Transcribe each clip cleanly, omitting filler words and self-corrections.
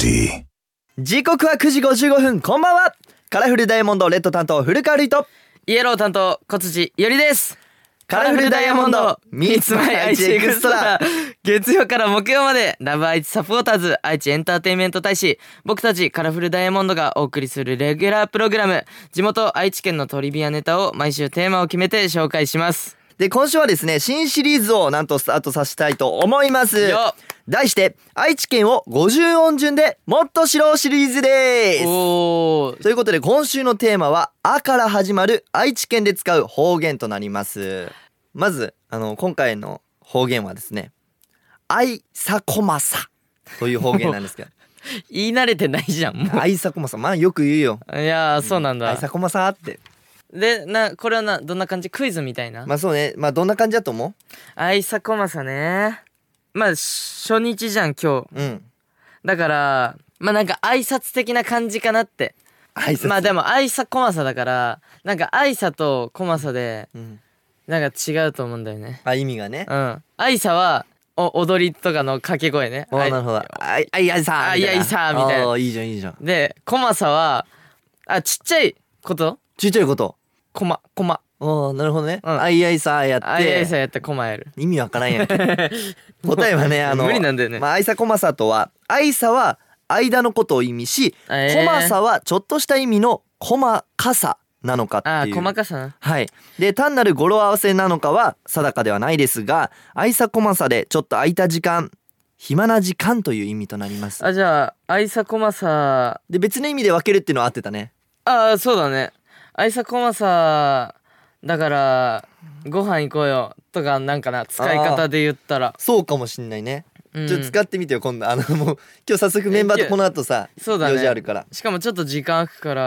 Variety. 時刻は9時55分。こんばんは。カラフルダイヤモンドレッド担当古川瑠衣とイエロー担当小辻いおりです。 カラフルダイヤモンド Meets My 愛知エクストラ。 月曜から木曜までラブ愛知サポーターズ愛知エンターテインメント大使僕たちカラフルダイヤモンドがお送りするレギュラープログラム、地元愛知県のトリビアネタを毎週テーマを決めて紹介します。 で、今週はですね、新シリーズをなんとスタートさせたいと思います。 よっ、 題して愛知県を50音順でもっと知ろうシリーズです。 おー、 ということで今週のテーマはあから始まる愛知県で使う方言となります。まず今回の方言はですね、あいさこまさという方言なんですけど言い慣れてないじゃんもあいさこまさ、まあよく言うよ。 う。いやー、そうなんだ。 あいさこまさって。 で、これはどんな感じ？クイズみたいな。 まあそうね、まあどんな感じだと思あいさこまさね。まあ初日じゃん今日。 う？うん。 だからまあなんか挨拶的な感じかなって。 挨拶。 まあでもあいさこまさだからなんかあいさとこまさでうん。 なんか違うと思うんだよね。 あ、意味がね。 うん。あいさは踊りとかの掛け声ね。 あ、なるほど。あいさあいさみたいな。 あ、いいじゃんいいじゃん。 でこまさはちっちゃいことちっちゃいこと。 こまああ、なるほどね。 うん、 あいさやって。 あいさやってこまやる。 意味わからんやんけ。答えはね、 無理なんだよね。 まあ、あいさこまさとは、あいさは間のことを意味し、こまさはちょっとした意味の細かさなのかっていう。 細かさな。 はい。で、単なる語呂合わせなのかは定かではないですが、あいさこまさでちょっと空いた時間、暇な時間という意味となります。 じゃああいさこまさで、別の意味で分けるっていうのは合ってたね。 そうだね。あいさこまさだからご飯行こうよとかなんかな、使い方で言ったら。 そうかもしんないね。 うん、 ちょっと使ってみてよ今度。もう今日早速メンバーとこの後さ、 そうだね、 用事あるから。 しかもちょっと時間空くから、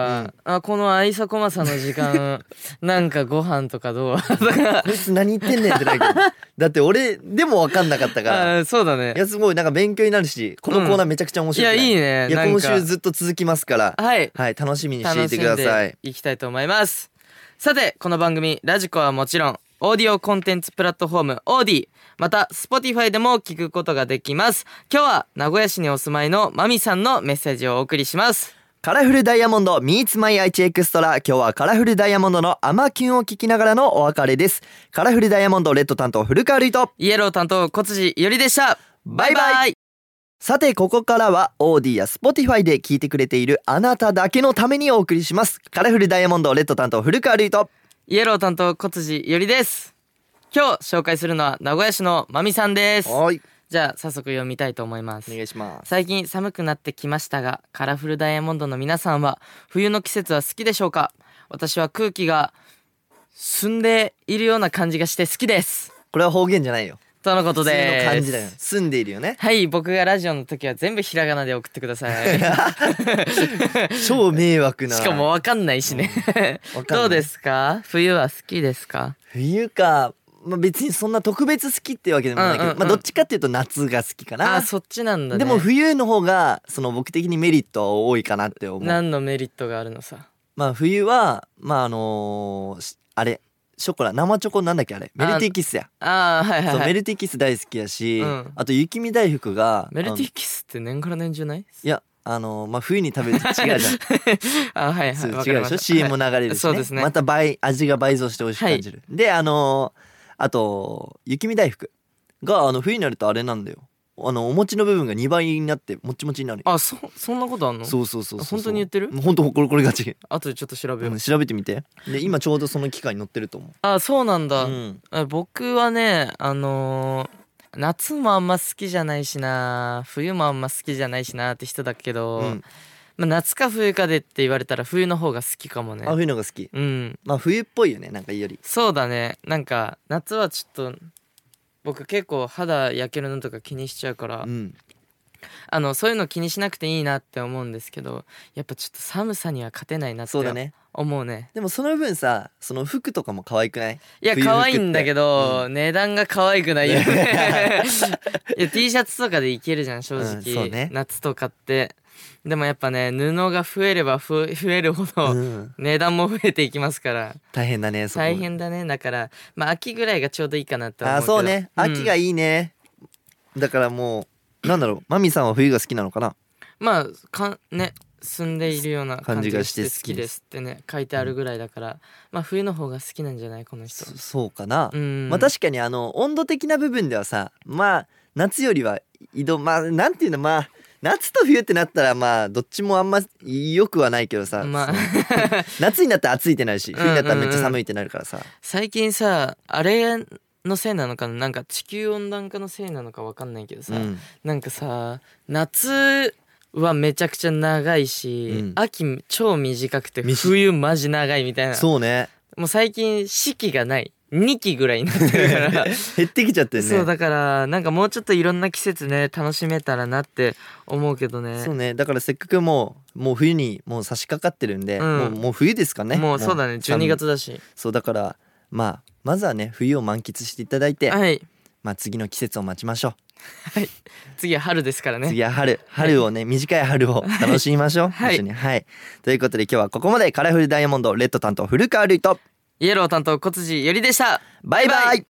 このあいさこまさの時間なんかご飯とかどうとかこいつ何言ってんねんってなるけどだって俺でも分かんなかったからそうだね。 いや、すごいなんか勉強になるし、このコーナーめちゃくちゃ面白い、 いやいいね。 いや、 なんか今週ずっと続きますから、 はい楽しみにしていてください。 いきたいと思います。さてこの番組ラジコはもちろんオーディオコンテンツプラットフォームオーディ、また Spotify でも聞くことができます。今日は名古屋市にお住まいのマミさんのメッセージをお送りします。 カラフルダイヤモンド Meets My 愛知エクストラ。今日はカラフルダイヤモンドのアマキュンを聞きながらのお別れです。カラフルダイヤモンドレッド担当古川瑠衣とイエロー担当小辻いおりでした。バイバイ。 さて、ここからはオーディや Spotify で聞いてくれているあなただけのためにお送りします。カラフルダイヤモンドレッド担当古川瑠衣とイエロー担当小辻いおりです。今日紹介するのは名古屋市のまみさんです。 はい、 じゃあ早速読みたいと思います。 お願いします。 最近寒くなってきましたが、カラフルダイヤモンドの皆さんは冬の季節は好きでしょうか？私は空気が澄んでいるような感じがして好きです。 これは方言じゃないよ。 とのことです。 普通の感じだよ。住んでいるよね。 はい、僕がラジオの時は全部ひらがなで送ってください。 超迷惑な。 しかもわかんないしね。 わかんない。 どうですか？冬は好きですか？ 冬か。まあ、別にそんな特別好きってわけでもないけど、まあどっちかっていうと夏が好きかな。 そっちなんだね。 でも冬の方が僕的にメリットは多いかなって思う。 何のメリットがあるのさ？ まあ冬はあれショコラ、生チョコなんだっけあれ、メルティーキスや。 はいはいはい。 そう、メルティーキス大好きやし、 うん、 あと雪見大福が。 メルティーキスって年から年中ない？ いや、まあ冬に食べると違うじゃん。 はいはい、 違うでしょ。 CM も流れるしね、 そうですね。 また味が倍増して美味しく感じる、であと雪見大福が冬になるとあれなんだよ、お餅の部分が2倍になってもちもちになる。 そんなことあんの？ そう本当に言ってる？ 本当、これガチ。 後でちょっと調べよう、 調べてみて。で今ちょうどその機会に乗ってると思う。 そうなんだ、僕はね夏もあんま好きじゃないしな、冬もあんま好きじゃないしなって人だけど、夏か冬かでって言われたら冬の方が好きかもね。 冬のが好き。まあ冬っぽいよね、なんかより。 そうだね。なんか夏はちょっと僕結構肌焼けるのとか気にしちゃうから、そういうの気にしなくていいなって思うんですけど、やっぱちょっと寒さには勝てないなって思うね。 でもその分さ、その服とかも可愛くない？ いや可愛いんだけど、値段が可愛くないよね。いや T シャツとかでいけるじゃん正直、 そうね、 夏とかって。でもやっぱね、布が増えれば増えるほど、値段も増えていきますから大変だね。 大変だね。だから秋ぐらいがちょうどいいかなって思うけど。 そうね、秋がいいね。だからもうなんだろう、マミさんは冬が好きなのかな？ まあね住んでいるような感じがして好感じがして好ききですってね書いてあるぐらいだから、まあ冬の方が好きなんじゃないこの人。 そうかな、 うんまあ確かに温度的な部分ではさ、まあ夏よりはまあなんていうの、まあ夏と冬ってなったらまあどっちもあんま良くはないけどさ、 まあ夏になったら暑いってなるし、冬になったらめっちゃ寒いってなるからさ、 最近さあれのせいなのかな、なんか地球温暖化のせいなのかわかんないけどさ、 うんなんかさ夏はめちゃくちゃ長いし、 うん秋超短くて冬マジ長いみたいな。 そうね、 もう最近四季がない2期ぐらいになってるから減ってきちゃってるね。 そうだからなんかもうちょっといろんな季節ね楽しめたらなって思うけどね。 そうね、だからせっかくもう冬にもう差し掛かってるんで、 うんもう冬ですかね。 もうそうだね12月だし。 そうだからまずはね冬を満喫していただいて、 はい次の季節を待ちましょはい次は春ですからう。 ね。 次は春をね、短い春を楽しみましょう、 はい一緒に。はいということで今日はここまでカラフルダイヤモンドレッド担当古川瑠衣とイエロー担当小辻よりでした。 バイバイ。